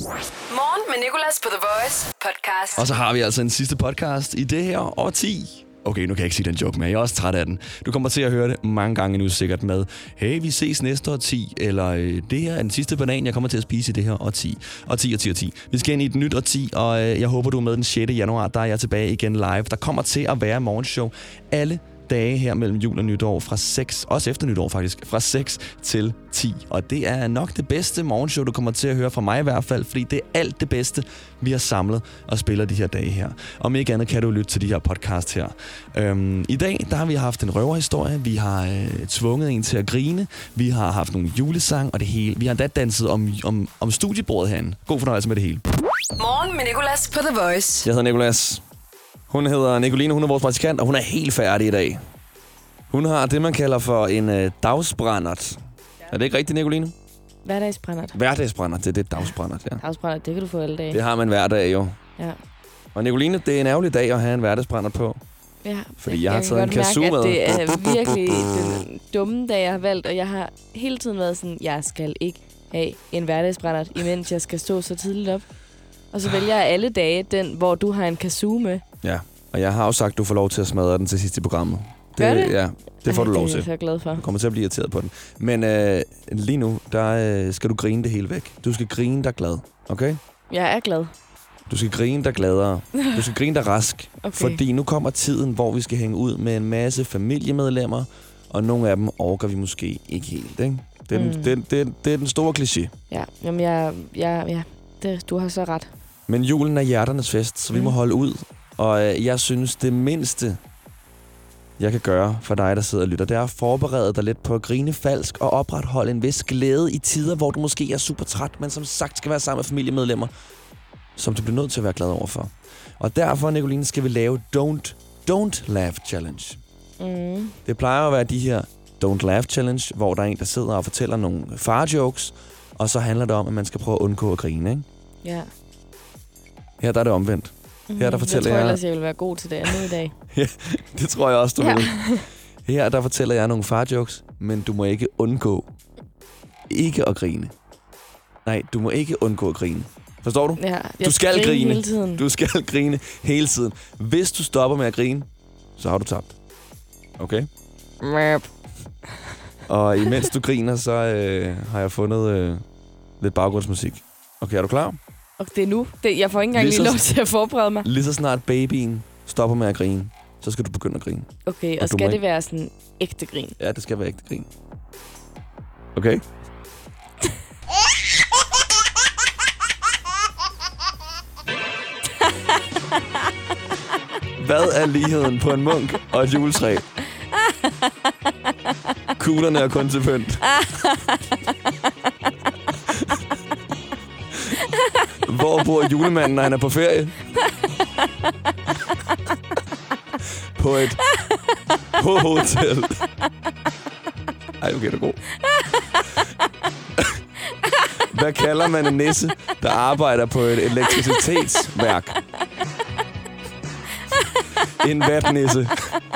Morgen med Nicolas på The Voice podcast. Og så har vi altså en sidste podcast i det her årti. Okay, nu kan jeg ikke sige den joke mere. Jeg er også træt af den. Du kommer til at høre det mange gange nu sikkert med, hey, vi ses næste årti, eller det her er den sidste banan, jeg kommer til at spise i det her årti. Årti. Vi skal ind i et nyt årti, og jeg håber, du er med den 6. januar. Der er jeg tilbage igen live. Der kommer til at være morgenshow alle dage her mellem jul og nytår fra 6, også efter nytår faktisk, fra 6 til 10. Og det er nok det bedste morgenshow, du kommer til at høre fra mig i hvert fald, fordi det er alt det bedste, vi har samlet og spiller de her dage her. Om ikke andet kan du lytte til de her podcast her. I dag, der har vi haft en røverhistorie, vi har tvunget en til at grine, vi har haft nogle julesang og det hele. Vi har endda danset om studiebordet herinde. God fornøjelse med det hele. Morgen med Nicolas på The Voice. Jeg hedder Nicolas. Hun hedder Nicoline, hun er vores praktikant, og hun er helt færdig i dag. Hun har det, man kalder for en dagsbrændert. Er det ikke rigtigt, Nicoline? Hverdagsbrændert. Hverdagsbrændert, det er det dagsbrændert, ja. Dagsbrændert, det kan du få alle dage. Det har man hver dag, jo. Ja. Og Nicoline, det er en ærgerlig dag at have en hverdagsbrændert på. Ja. Fordi jeg har taget en kazoo med. Det er virkelig den dumme dag, jeg har valgt, og jeg har hele tiden været sådan, jeg skal ikke have en hverdagsbrændert, imens jeg skal stå så tidligt op. Og så vælger jeg alle dage den, hvor du har en kazoo med. Ja, og jeg har jo sagt, at du får lov til at smadre den til sidst i programmet. Gør det? Ja, det får du lov til. Det er jeg glad for. Du kommer til at blive irriteret på den. Men lige nu, der skal du grine det hele væk. Du skal grine dig glad, okay? Jeg er glad. Du skal grine dig gladere. Du skal grine dig rask. Okay. Fordi nu kommer tiden, hvor vi skal hænge ud med en masse familiemedlemmer, og nogle af dem orker vi måske ikke helt, ikke? Det er den store kliché. Ja, jamen du har så ret. Men julen er hjerternes fest, så vi må holde ud. Og jeg synes, det mindste, jeg kan gøre for dig, der sidder og lytter, det er at forberede dig lidt på at grine falsk og opretholde en vis glæde i tider, hvor du måske er super træt, men som sagt skal være sammen med familiemedlemmer, som du bliver nødt til at være glad overfor. Og derfor, Nicoline, skal vi lave Don't Laugh Challenge. Det plejer at være de her Don't Laugh Challenge, hvor der er en, der sidder og fortæller nogle farjokes, og så handler det om, at man skal prøve at undgå at grine, ikke? Ja. Her der er det omvendt. Her der fortæller jeg tror ellers, jeg vil være god til det andet i dag. Ja, det tror jeg også, du vil. Her der fortæller jeg nogle farjokes, men du må ikke undgå ikke at grine. Nej, du må ikke undgå at grine. Forstår du? Ja, du skal grine hele tiden. Du skal grine hele tiden. Hvis du stopper med at grine, så har du tabt. Okay? Og imens du griner, så har jeg fundet lidt baggrundsmusik. Okay, er du klar? Og det er nu. Jeg får ikke engang lige lov til at forberede mig. Lige så snart babyen stopper med at grine, så skal du begynde at grine. Okay, og skal det være sådan ægte grin? Ja, det skal være ægte grin. Okay? Hvad er ligheden på en munk og et juletræ? Kuglerne er kun til pynt. Hvor bor julemanden, når han er på ferie? På et hotel. Ej, okay, det er god. Hvad kalder man en nisse, der arbejder på et elektricitetsværk? En vatnisse.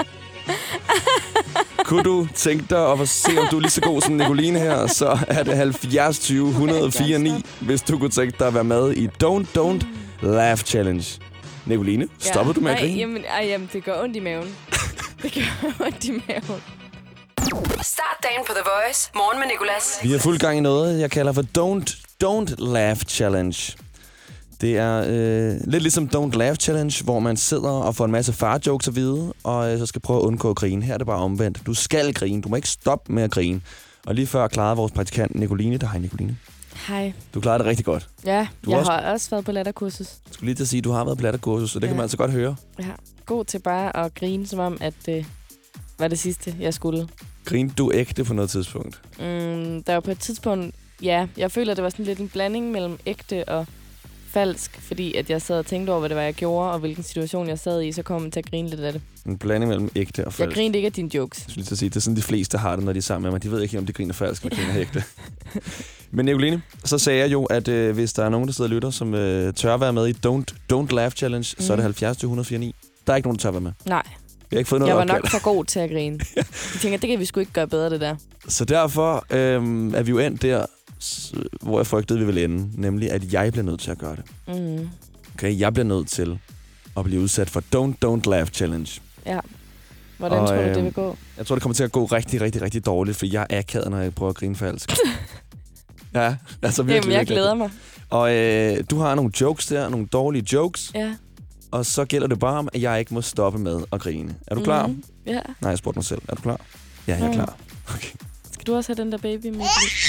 Kunne du tænke dig at se, om du er lige så god som Nicoline her, så er det 70 20 104 9, hvis du kunne tænke dig at være med i Don't Laugh Challenge. Nicoline, stopper du med at grine? Jamen, det gør ondt i maven. Det gør ondt i maven. Start dagen på The Voice. Morgen med Nicolas. Vi er fuld gang i noget, jeg kalder for Don't Laugh Challenge. Det er lidt ligesom Don't Laugh Challenge, hvor man sidder og får en masse farjokes at vide, og så skal prøve at undgå at grine. Her er det bare omvendt. Du skal grine. Du må ikke stoppe med at grine. Og lige før klarede vores praktikant Nicoline. Hej Nicoline. Hej. Du klarede det rigtig godt. Ja, jeg har også været på latterkursus. Jeg skulle lige til at sige, at du har været på latterkursus, så det kan man altså godt høre. Ja, god til bare at grine, som om, at det var det sidste, jeg skulle. Grinede du ægte på noget tidspunkt? Der var på et tidspunkt, ja, jeg føler, at det var sådan lidt en blanding mellem ægte og falsk, fordi at jeg sad og tænkte over, hvad det var, jeg gjorde, og hvilken situation jeg sad i, så kom jeg til at grine lidt af det. En blanding mellem ægte og falsk. Jeg grinede ikke af dine jokes. Jeg skulle lige sige, det er sådan, de fleste har det, når de er sammen med mig. De ved ikke, om de griner falsk eller griner ægte. Men Nicoline, så sagde jeg jo, at hvis der er nogen, der sidder og lytter, som tør være med i Don't Laugh Challenge, så er det 70 104 9. Der er ikke nogen, der tør være med. Nej. Jeg har ikke fået noget Jeg var opkald. nok for god til at grine. Jeg tænker, det kan vi sgu ikke gøre bedre, det der. Så derfor er vi jo endt der, hvor jeg frygtede, vi ville ende. Nemlig, at jeg bliver nødt til at gøre det. Mm. Okay, jeg bliver nødt til at blive udsat for Don't Laugh Challenge. Ja. Hvordan tror du, det vil gå? Jeg tror, det kommer til at gå rigtig, rigtig, rigtig dårligt, for jeg er akavet, når jeg prøver at grine falsk. Ja, altså virkelig. Jamen, jeg glæder mig. Og du har nogle jokes der, nogle dårlige jokes. Ja. Og så gælder det bare om, at jeg ikke må stoppe med at grine. Er du klar? Ja. Nej, jeg spurgte mig selv. Er du klar? Ja, jeg er klar. Okay. Skal du også have den der baby med?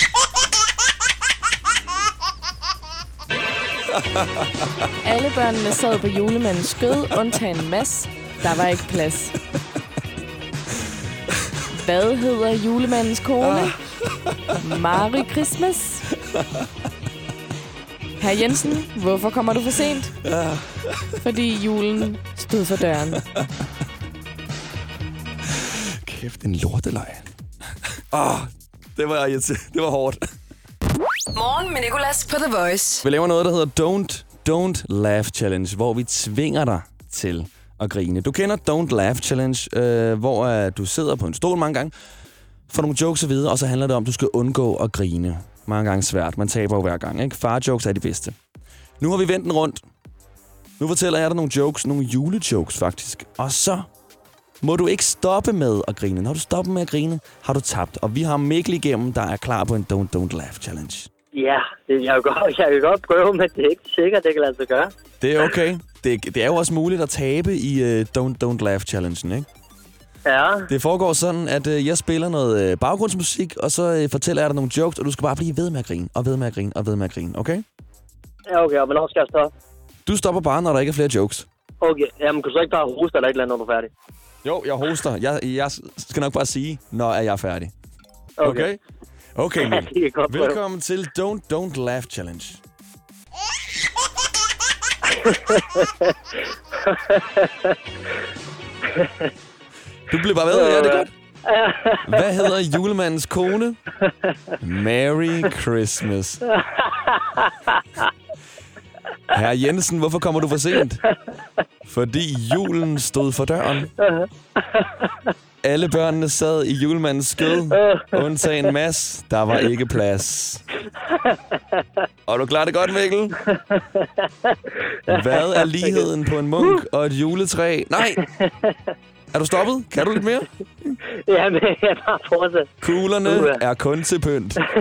Alle børnene sad på julemandens skød, undtagen Mads. Der var ikke plads. Hvad hedder julemandens kone? Merry Christmas. Herr Jensen, hvorfor kommer du for sent? Fordi julen stod for døren. Kæft, en lortelej. Det var hårdt. Morgen med Nicolas på The Voice. Vi laver noget, der hedder Don't Laugh Challenge, hvor vi tvinger dig til at grine. Du kender Don't Laugh Challenge, hvor du sidder på en stol mange gange, får nogle jokes at vide, og så handler det om, at du skal undgå at grine. Mange gange svært. Man taber jo hver gang, ikke? Far-jokes er de bedste. Nu har vi vendt den rundt. Nu fortæller jeg dig nogle jokes, nogle julejokes faktisk. Og så må du ikke stoppe med at grine. Når du stopper med at grine, har du tabt. Og vi har Mikkel igennem, der er klar på en Don't Laugh Challenge. Ja, jeg kan godt prøve, men det er ikke sikkert, det kan lade sig gøre. Det er okay. Det er jo også muligt at tabe i Don't Laugh Challengen, ikke? Ja. Det foregår sådan, at jeg spiller noget baggrundsmusik, og så fortæller jeg dig nogle jokes, og du skal bare blive ved med at grine, og ved med at grine, og ved med at grine, okay? Ja, okay, og hvornår skal jeg stoppe? Du stopper bare, når der ikke er flere jokes. Okay, jamen kan du så ikke bare hoste eller et eller andet, når du er færdig? Jo, jeg hoster. Jeg skal nok bare sige, når jeg er færdig. Okay? Okay, Mikkel. Det er godt. Velkommen til Don't Laugh Challenge. Du bliver bare ved, ja, det er godt. Hvad hedder julemandens kone? Merry Christmas. Herr Jensen, hvorfor kommer du for sent? Fordi julen stod for døren. Alle børnene sad i julemandens skød, undtagen Mads. Der var ikke plads. Og du klarer det godt, Mikkel? Hvad er ligheden på en munk og et juletræ? Nej! Er du stoppet? Kan du lidt mere? Ja, men jeg bare fortsat. Kuglerne er kun til pynt. Ja,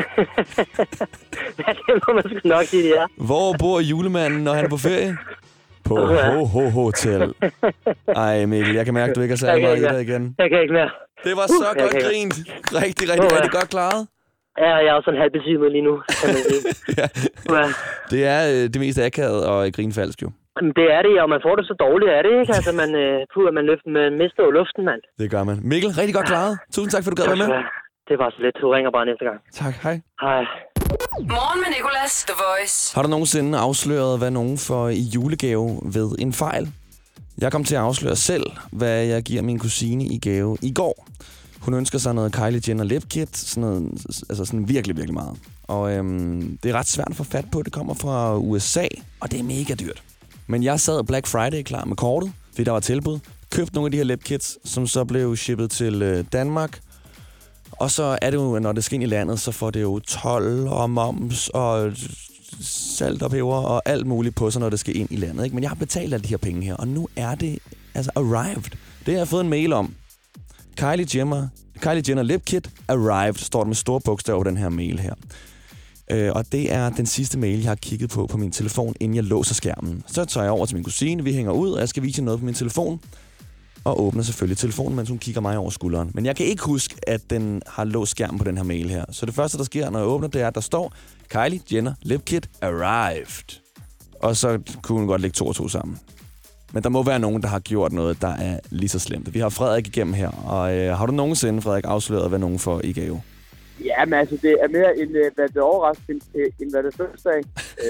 det må man sgu nok sige, det er. Hvor bor julemanden, når han er på ferie? På Hotel. Ej, Mikkel, jeg kan mærke, at du ikke er særlig meget i dig igen. Jeg kan ikke mere. Det var så godt grint. Rigtig godt klaret. Ja, jeg er også sådan halvbesvimet lige nu, kan man sige. Ja. Ja. Det er det mest akavet og grinfalsk, jo. Jamen, det er det, og man får det så dårligt af det, ikke? Altså, man mister jo luften, mand. Det gør man. Mikkel, rigtig godt klaret. Tusind tak, for du gad være med. Det var så lidt. Du ringer bare næste gang. Tak, hej. Hej. Morgen med Nicolas, The Voice. Har du nogensinde afsløret, hvad nogen får i julegave ved en fejl? Jeg kom til at afsløre selv, hvad jeg giver min kusine i gave i går. Hun ønsker sig noget Kylie Jenner lip kit, sådan virkelig, virkelig meget. Og det er ret svært at få fat på. Det kommer fra USA, og det er mega dyrt. Men jeg sad Black Friday klar med kortet, fordi der var tilbud. Købte nogle af de her lip kits, som så blev shippet til Danmark. Og så er det jo, når det skal ind i landet, så får det jo told og moms og salt og peber og alt muligt på sig, når det skal ind i landet. Ikke? Men jeg har betalt alle de her penge her, og nu er det altså arrived. Det har jeg fået en mail om. Kylie Jenner lip kit arrived, står der med store bogstaver på den her mail her. Og det er den sidste mail, jeg har kigget på min telefon, inden jeg låser skærmen. Så tager jeg over til min kusine, vi hænger ud, og jeg skal vise noget på min telefon. Og åbner selvfølgelig telefonen, mens hun kigger mig over skulderen. Men jeg kan ikke huske, at den har låst skærmen på den her mail her. Så det første, der sker, når jeg åbner, det er, at der står Kylie Jenner lip kit arrived. Og så kunne hun godt lægge 2 og 2 sammen. Men der må være nogen, der har gjort noget, der er lige så slemt. Vi har Frederik igennem her. Og har du nogensinde, Frederik, afsløret, hvad nogen får i gave? Ja, men altså, det er mere en, hvad det overraskende, end hvad det fødselsdag.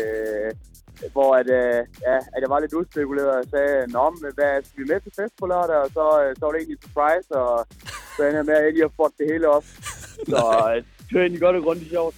Hvor at jeg var lidt udspekuleret og sagde, nå, men hvad skal vi med til fest på lørdag? Og så var det egentlig en surprise, og så endte jeg med, at jeg lige har fået det hele op. Så det var egentlig godt og grundigt sjovt.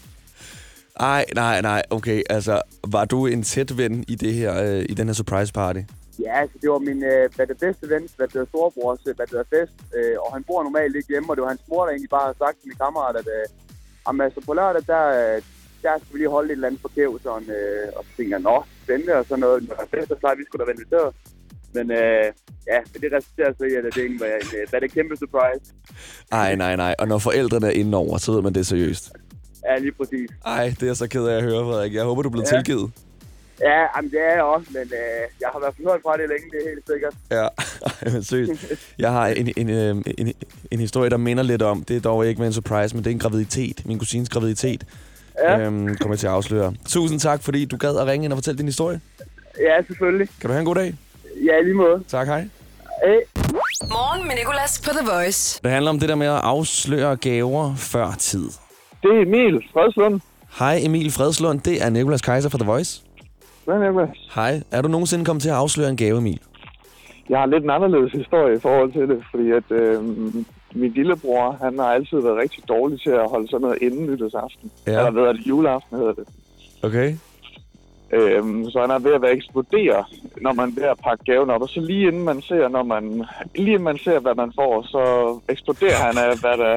Nej, okay. Altså, var du en tæt ven i det her, i den her surprise party? Ja, altså, det var min bedste ven, storebrors, fest. Og han bor normalt ikke hjemme, og det var hans mor, der egentlig bare havde sagt til min kammerat, at altså, på lørdag, der skal vi lige holde et eller andet forkævet, og så tænker jeg, spændende og sådan noget. Når der er fest, så vi skulle da være inviteret. Men det resulterer så i, at det ikke var en kæmpe surprise. Nej. Og når forældrene er inde over, så ved man det seriøst. Ja, lige præcis. Ej, det er så ked af at høre, Frederik. Jeg håber, du bliver tilgivet. Ja, jamen, det er jeg også, men jeg har været fornøjet fra det længe, det er helt sikkert. Ja, men seriøst. Jeg har en historie, der minder lidt om. Det er dog ikke med en surprise, men det er en graviditet. Min kusines graviditet. Ja. Kommer jeg til at afsløre. Tusind tak, fordi du gad at ringe ind og fortælle din historie. Ja, selvfølgelig. Kan du have en god dag? Ja, i lige måde. Tak, hej. Hej. Morgen med Nicolas på The Voice. Det handler om det der med at afsløre gaver før tid. Det er Emil Fredslund. Hej Emil Fredslund, det er Nicolas Kaiser fra The Voice. Hvad er det? Hej, er du nogensinde kommet til at afsløre en gave, Emil? Jeg har lidt en anderledes historie i forhold til det, fordi at min lillebror, han har altid været rigtig dårlig til at holde sådan noget inden nytårsaften. Ja. Eller hvad er det, juleaften hedder det. Okay. Så han er ved at eksplodere, når man er ved at pakke gaven op. Og så lige inden man ser, hvad man får, så eksploderer han af, hvad der er.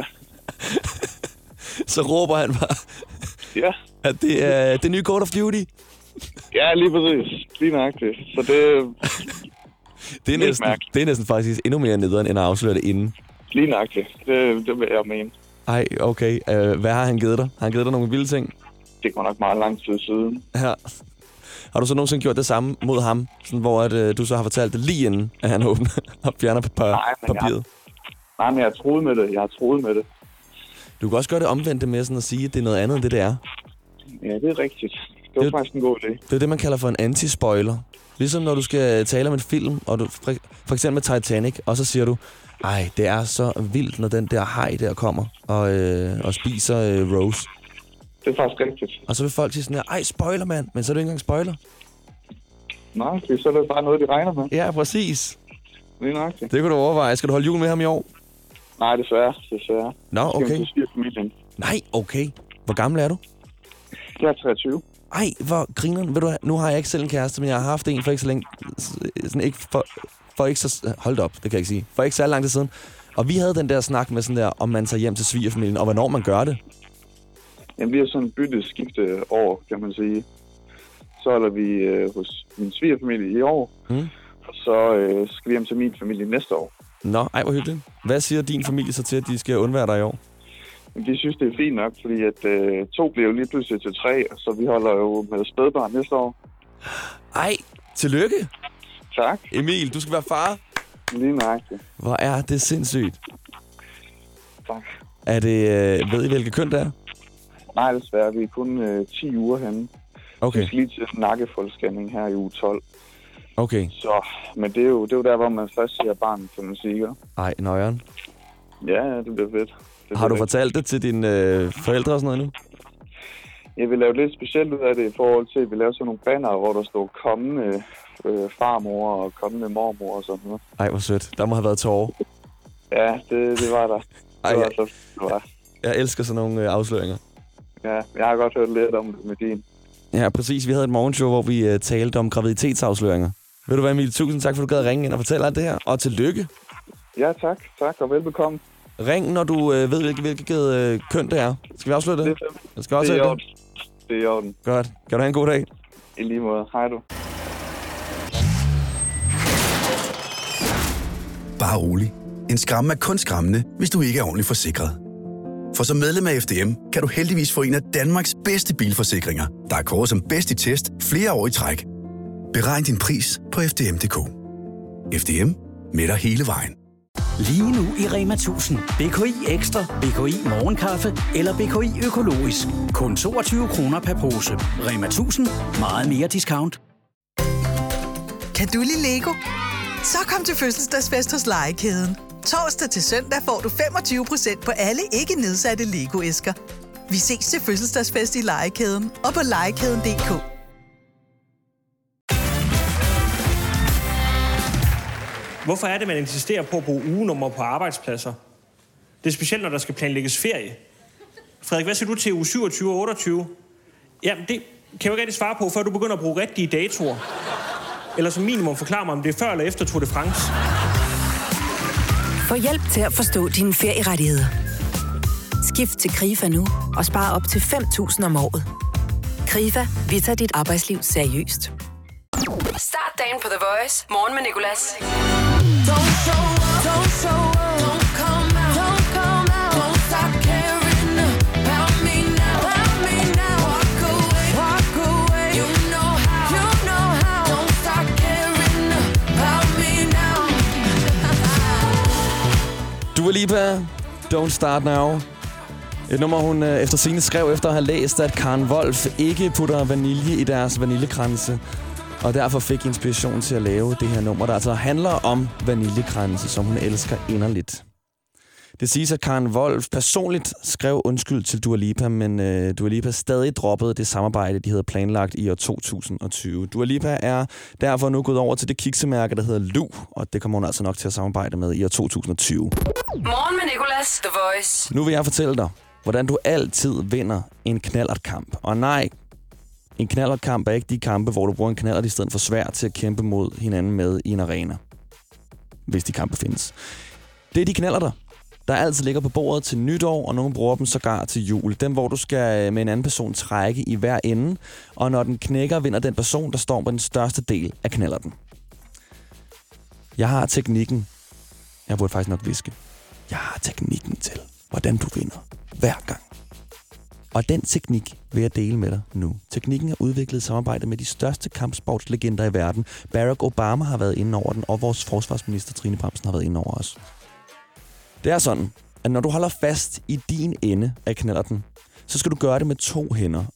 Så råber han bare, Ja. at det er det nye Call of Duty. Ja, lige præcis. Lige nøjagtigt. Så Det er næsten faktisk endnu mere nederen, end at afsløre det inden. lige nøjagtigt. Det vil jeg mene. Ej, okay. Hvad har han givet dig? Har han givet dig nogle vilde ting? Det går nok meget lang tid siden. Ja. Har du så nogensinde gjort det samme mod ham? Sådan, hvor at, du så har fortalt det lige inden, at han åbner og fjerner papiret? Nej, men jeg har troet med det. Du kan også gøre det omvendte med sådan at sige, at det er noget andet, end det er. Ja, det er rigtigt. Det var faktisk en god idé. Det er det, man kalder for en anti-spoiler. Ligesom når du skal tale om en film, og du, for eksempel med Titanic, og så siger du, ej, det er så vildt, når den der haj der kommer og spiser Rose. Det er faktisk rigtigt. Og så vil folk sige sådan her, ej, spoiler, mand. Men så er det ikke engang spoiler. Nej, så er det bare noget, de regner med. Ja, præcis. Lige nøjagtigt. Det kunne du overveje. Skal du holde jul med ham i år? Nej, desværre. Nå, okay. Nej, okay. Hvor gammel er du? Jeg er 23. Ej, hvor grineren. Ved du hvad, nu har jeg ikke selv en kæreste, men jeg har haft en for ikke så længe... Sådan ikke for ikke så... Hold op, det kan jeg ikke sige. For ikke så lang tid siden. Og vi havde den der snak med sådan der, om man tager hjem til svigerfamilien, og hvornår man gør det. Jamen, vi har sådan byttet skifte år, kan man sige. Så er vi hos min svigerfamilie i år, og så skal vi hjem til min familie næste år. Nå, ej, hvor hyggeligt. Hvad siger din familie så til, at de skal undvære dig i år? De synes, det er fint nok, fordi at 2 bliver jo lige pludselig til 3, så vi holder jo med spædbarn næste år. Ej, tillykke. Tak. Emil, du skal være far. Lige nøjagtigt. Hvor er det sindssygt. Tak. Er det... ved I, hvilket køn det er? Nej, desværre. Vi er kun 10 uger henne. Okay. Vi skal lige til en nakkefoldsscanning her i uge 12. Okay. Så, men det er jo der, hvor man først ser barnet, kan man sige. Ej, nøjeren. Ja, det bliver fedt. Har du fortalt det til dine forældre og sådan noget nu? Jeg vil lave lidt specielt ud af det i forhold til, at vi laver sådan nogle banner, hvor der står kommende farmor og kommende mormor og sådan noget. Ej, hvor sødt. Der må have været tårer. Ja, det var der. Det var. Jeg elsker sådan nogle afsløringer. Ja, jeg har godt hørt lidt om det med din. Ja, præcis. Vi havde et morgenshow, hvor vi talte om graviditetsafsløringer. Ved du hvad, Emil? Tusind tak, for du gad at ringe ind og fortælle alt det her. Og tillykke. Ja, tak. Tak, og velbekomme. Ring, når du ved, hvilket køn det er. Skal vi afsløre det? Det er i orden. Det er i orden. Godt. Kan du have en god dag? I lige måde. Hej du. Bare rolig. En skramme er kun skræmmende, hvis du ikke er ordentligt forsikret. For som medlem af FDM kan du heldigvis få en af Danmarks bedste bilforsikringer, der er kåret som bedst i test flere år i træk. Beregn din pris på FDM.dk. FDM med dig hele vejen. Lige nu i Rema 1000. BKI Ekstra, BKI Morgenkaffe eller BKI Økologisk. Kun 22 kroner per pose. Rema 1000. Meget mere discount. Kan du lide Lego? Så kom til fødselsdagsfest hos Legekæden. Torsdag til søndag får du 25% på alle ikke nedsatte Lego-æsker. Vi ses til fødselsdagsfest i Legekæden og på legekæden.dk. Hvorfor er det, man insisterer på at bruge ugenummer på arbejdspladser? Det er specielt, når der skal planlægges ferie. Frederik, hvad siger du til uge 27 og 28? Jamen, det kan jeg jo ikke rigtig svare på, før du begynder at bruge rigtige datoer. Eller som minimum forklare mig, om det er før eller efter Tour de France. Få hjælp til at forstå dine ferierettigheder. Skift til KRIFA nu og spar op til 5.000 om året. Krifa, vi tager dit arbejdsliv seriøst. Start dagen på The Voice. Morgen med Nicolas. Dua Lipa, Don't Start Now. Et nummer, hun efter sigende skrev efter at have læst, at Karen Wolf ikke putter vanilje i deres vaniljekranse. Og derfor fik inspiration til at lave det her nummer, der altså handler om vaniljekranse, som hun elsker inderligt. Det siges, at Karen Wolf personligt skrev undskyld til Dua Lipa, men Dua Lipa stadig droppede det samarbejde, de havde planlagt i år 2020. Dua Lipa er derfor nu gået over til det kiksemærke, der hedder Lu, og det kommer hun altså nok til at samarbejde med i år 2020. Morgen med Nicolas, The Voice. Nu vil jeg fortælle dig, hvordan du altid vinder en knallertkamp. Og nej, en knallertkamp er ikke de kampe, hvor du bruger en knallert i stedet for sværd til at kæmpe mod hinanden med i en arena. Hvis de kampe findes. Det er de knallerter, der altid ligger på bordet til nytår, og nogen bruger dem sågar til jul. Dem, hvor du skal med en anden person trække i hver ende, og når den knækker, vinder den person, der står på den største del af knallerten. Jeg har teknikken. Jeg burde faktisk nok viske. Jeg har teknikken til, hvordan du vinder hver gang. Og den teknik vil jeg dele med dig nu. Teknikken er udviklet i samarbejde med de største kampsportslegender i verden. Barack Obama har været inde over den, og vores forsvarsminister Trine Bramsen har været inde over os. Det er sådan, at når du holder fast i din ende af knallerten, så skal du gøre det med 2 hænder,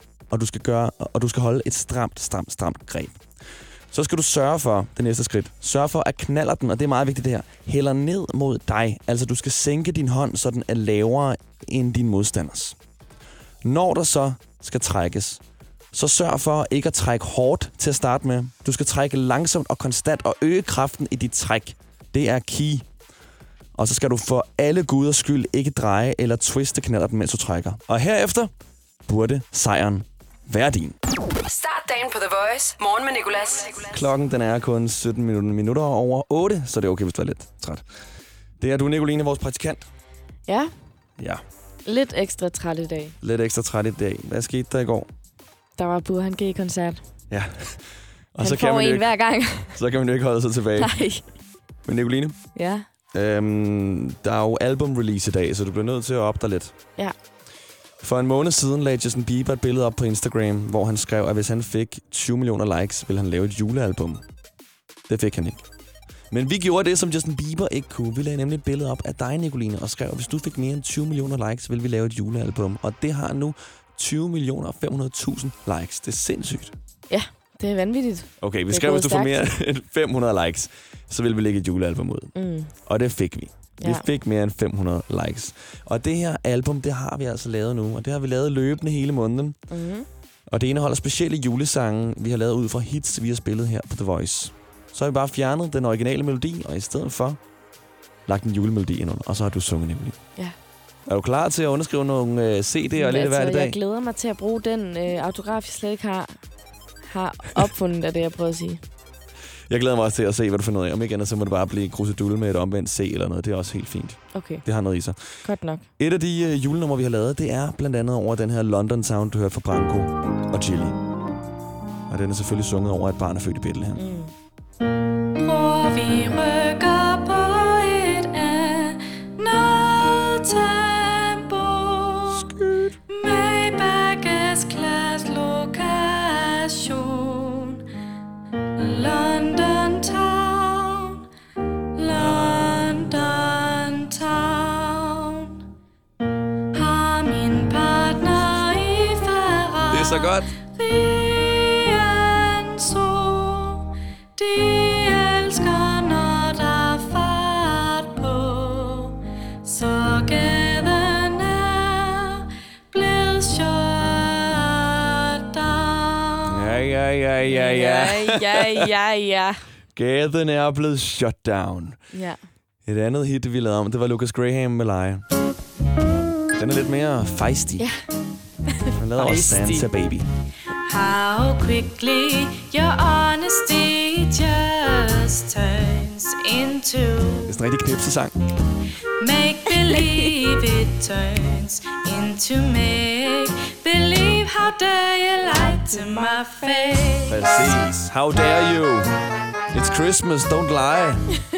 og du skal holde et stramt greb. Så skal du sørge for, det næste skridt, sørge for at knallerten, og det er meget vigtigt det her, hælder ned mod dig. Altså du skal sænke din hånd, så den er lavere end din modstanders. Når der så skal trækkes, så sørg for ikke at trække hårdt til at starte med. Du skal trække langsomt og konstant og øge kraften i dit træk. Det er key. Og så skal du for alle guders skyld ikke dreje eller twiste knallerten, mens du trækker. Og herefter burde sejren være din. Start dagen på The Voice. Morgen med Nicolas. Klokken den er kun 17 minutter over 8, så det er okay, hvis du er lidt træt. Det er du, Nicoline, vores praktikant. Ja. Ja. Lidt ekstra træt i dag. Lidt ekstra træt i dag. Hvad skete der i går? Der var Burhan G-koncert. Ja. Og han så får kan man en ikke, hver gang. Så kan man jo ikke holde sig tilbage. Nej. Men Nicoline? Ja. Der er jo album-release i dag, så du bliver nødt til at op dig lidt. Ja. For en måned siden lagde Justin Bieber et billede op på Instagram, hvor han skrev, at hvis han fik 20 millioner likes, ville han lave et julealbum. Det fik han ikke. Men vi gjorde det, som Justin Bieber ikke kunne. Vi lagde nemlig et billede op af dig, Nicoline, og skrev, at hvis du fik mere end 20 millioner likes, ville vi lave et julealbum. Og det har nu 20 millioner 500.000 likes. Det er sindssygt. Ja, det er vanvittigt. Okay, vi skrev, hvis du får mere end 500 likes, så ville vi lægge et julealbum ud. Mm. Og det fik vi. Vi Ja. fik mere end 500 likes. Og det her album, det har vi altså lavet nu. Og det har vi lavet løbende hele måneden. Mm-hmm. Og det indeholder specielle julesange, vi har lavet ud fra hits, vi har spillet her på The Voice. Så har vi bare fjernet den originale melodi, og i stedet for lagt en julemelodi ind under. Og så har du sunget nemlig. Ja. Er du klar til at underskrive nogle CD'er og lidt af hvert i dag? Jeg glæder mig til at bruge den autograf, jeg slet ikke har opfundet af det, jeg prøver at sige. Jeg glæder mig også til at se, hvad du finder ud af. Om ikke andet, så må det bare blive krusedulle med et omvendt C eller noget. Det er også helt fint. Okay. Det har noget i sig. Godt nok. Et af de julenumre, vi har lavet, det er blandt andet over den her London Sound, du hørte fra Branko og Chili. Og den er selvfølgelig sunget over, at et barn er født i Bethlehem. Mm. Hvor vi rykker på et andet tempo. Maybach's Class lokation. London Town. London Town. Har min partner i Ferrari. Det er så godt. De elsker, når der er fart på, så gaden er blevet shut down. Ja. Gaden er blevet shut down. Ja. Et andet hit, vi lavede om, det var Lucas Graham med Leje. Den er lidt mere feisty. Ja. Han lavede også Santa Baby. How quickly your honesty just turns into Det er sådan en rigtig knipsesang. make believe. It turns into make believe. how dare you lie to my face. Præcis. How dare you? It's Christmas, don't lie.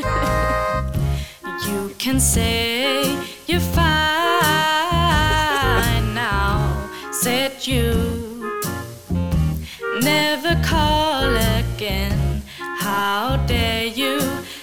You can say you're fine now, said you. Never call again. How dare you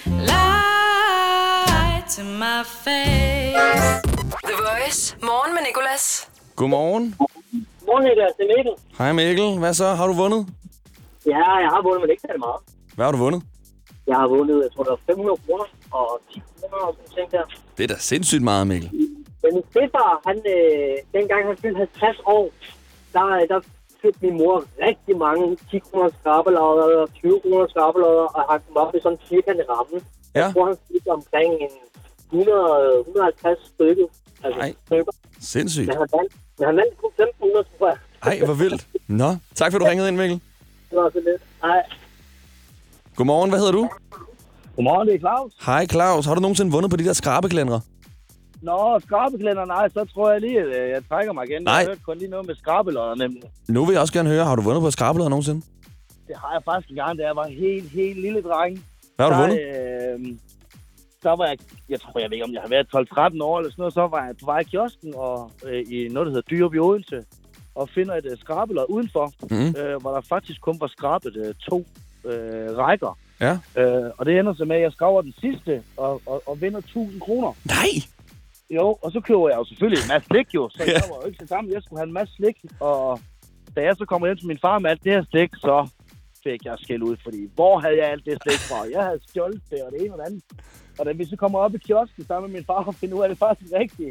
lie to my face. The Voice. Morgen med Nicolas. Godmorgen. Godmorgen, Nicolas. Det er Mikkel. Hej Mikkel. Hvad så? Har du vundet? Ja, jeg har vundet, men ikke særlig meget. Hvad har du vundet? Jeg har vundet, jeg tror, der var 500 kroner og 10 kroner og sådan ting der. Det er da sindssygt meget, Mikkel. Men min stedfar, dengang han fyldte 50 år, der fik min mor rigtig mange 10 kroner skrabelodder og 20 kroner skrabelodder, og han kom op i sådan en firkantet ramme. Ja. Jeg tror, han fik omkring en 150 stykker. Altså, stykker. Sindssygt. Men han vandt kun 1.500, tror jeg. Ej, hvor vildt. Nå, tak for, du ringede ind, Mikkel. Det var så lidt. Hej. Godmorgen, hvad hedder du? Godmorgen, det er Claus. Hej Claus. Har du nogensinde vundet på de der skrabeklændere? Nå, skrabeklænder, nej, så tror jeg lige, at jeg trækker mig igen. Nej. Jeg har hørt kun lige noget med skrabelodder, nemlig. Nu vil jeg også gerne høre, har du vundet på skrabelodder nogensinde? Det har jeg faktisk en gang, da jeg var helt lille dreng. Hvad har du vundet? Der var jeg ved ikke, om jeg har været 12-13 år eller sådan noget, så var jeg på vej i kiosken og i noget, der hedder Dyrup i Odense, og finder et skrabelod udenfor, hvor der faktisk kun var skrabet 2 rækker. Ja. Og det ender så med, at jeg skraber den sidste og vinder 1.000 kroner. Nej! Jo, og så køber jeg jo selvfølgelig en masse slik jo, så jeg var jo ikke så sammen. Jeg skulle have en masse slik, og da jeg så kommer hjem til min far med alt det her slik, så fik jeg skæld ud, fordi hvor havde jeg alt det slik fra? Jeg havde stjålet det og det ene og det andet. Og da vi så kommer op i kiosken sammen med min far og finder ud af, det faktisk rigtigt,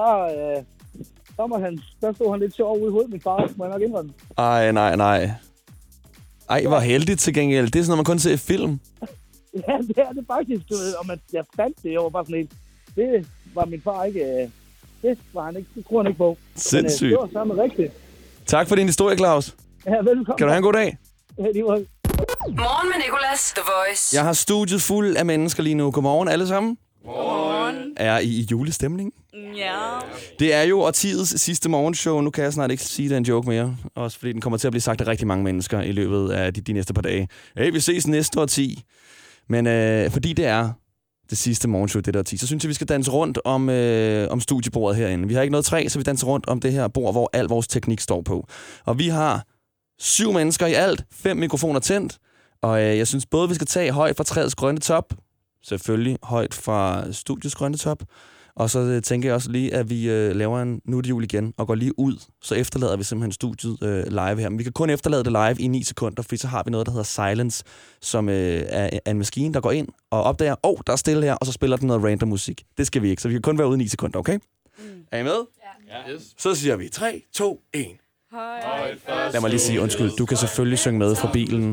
der stod han lidt sjov ude i hovedet, min far, må jeg nok indrømme. Ej, nej. Ej, hvor heldigt til gengæld. Det er sådan noget, man kun ser i film. Ja, det er det faktisk. Og jeg fandt det, jeg var bare sådan helt. Det var min far ikke. Det var han ikke. Det tror han ikke på. Sindssygt. Men, det var sammen rigtigt. Tak for din historie, Claus. Ja, velkommen. Kan du have en god dag? Ja, det var. Morgen med Nicolas, The Voice. Jeg har studiet fuld af mennesker lige nu. Godmorgen alle sammen. Godmorgen. Er I i julestemning? Ja. Det er jo årtidets sidste morgenshow. Nu kan jeg snart ikke sige, det er en joke mere. Også fordi den kommer til at blive sagt af rigtig mange mennesker i løbet af de næste par dage. Hey, vi ses næste årti. Men fordi det er det sidste morgenshow, det der årti, så synes jeg, vi skal danse rundt om studiebordet herinde. Vi har ikke noget træ, så vi danser rundt om det her bord, hvor al vores teknik står på. Og vi har 7 mennesker i alt, 5 mikrofoner tændt. Og jeg synes både, vi skal tage højt fra træets grønne top, selvfølgelig højt fra studiets grønne top, og så tænker jeg også lige, at vi laver en Nu er det jul igen, og går lige ud, så efterlader vi simpelthen studiet live her. Men vi kan kun efterlade det live i 9 sekunder, fordi så har vi noget, der hedder Silence, som er en maskine, der går ind og opdager, der er stille her, og så spiller den noget random musik. Det skal vi ikke, så vi kan kun være ude i 9 sekunder, okay? Er I med? Ja. Yes. Så siger vi 3, 2, 1. Lad mig lige sige undskyld. Du kan selvfølgelig synge med fra bilen.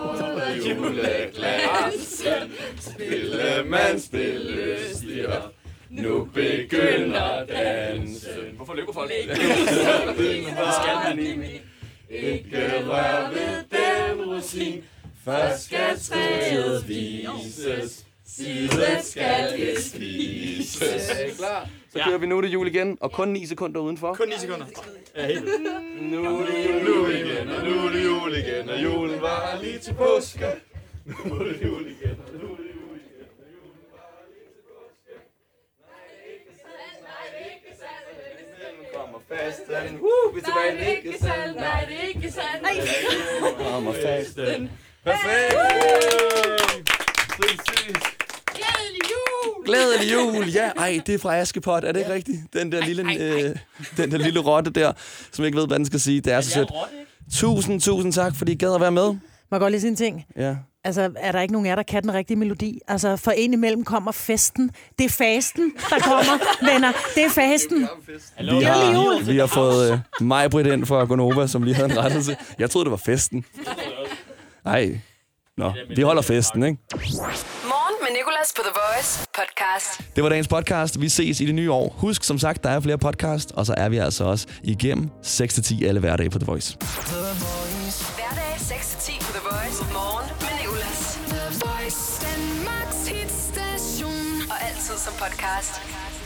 Nu begynder dansen. Hvorfor løber folk? Det skal man ikke røre ved den rosin. Først skal træet vises. Siden skal det spises. Er I klar? Så kører vi Nu er det jul igen, og kun 9 sekunder udenfor. Kun 9 sekunder. Ja, helt. Nu er det jul igen, og nu er det jul igen, og julen var lige til påske. Nu er det jul igen, og nu er det jul igen, og julen var lige til påske. Nej, det er ikke sandt, nej, det er ikke sandt. Nu kommer fasten. Vi er tilbage. Nej, det er ikke sandt, nej, det er ikke sandt. Nu kommer fasten. Perfekt! Sindssygt. Glædelig jul! Ja, ej, det er fra Askepot, er det ikke rigtigt? Den der lille rotte der, som ikke ved, hvad den skal sige. Det er så sødt. Tusind tak, fordi I gad at være med. Må jeg godt lige sige en ting? Ja. Altså, er der ikke nogen af jer, der kan den rigtige melodi? Altså, for en imellem kommer festen. Det er fasten, der kommer, venner. Det er fasten. Vi har fået Maj-Britt ind fra Gonova, som lige havde en rettelse. Jeg troede, det var festen. Ej. Nå, vi holder festen, ikke? Morgen med Nicolas på The Voice podcast. Det var dagens podcast. Vi ses i det nye år. Husk, som sagt, der er flere podcast, og så er vi altså også igennem 6-10 alle hverdage på The Voice. Hverdag 6-10 på The Voice. Morgen med Nicolas. The Voice. Danmarks hitstation. Og altid som podcast.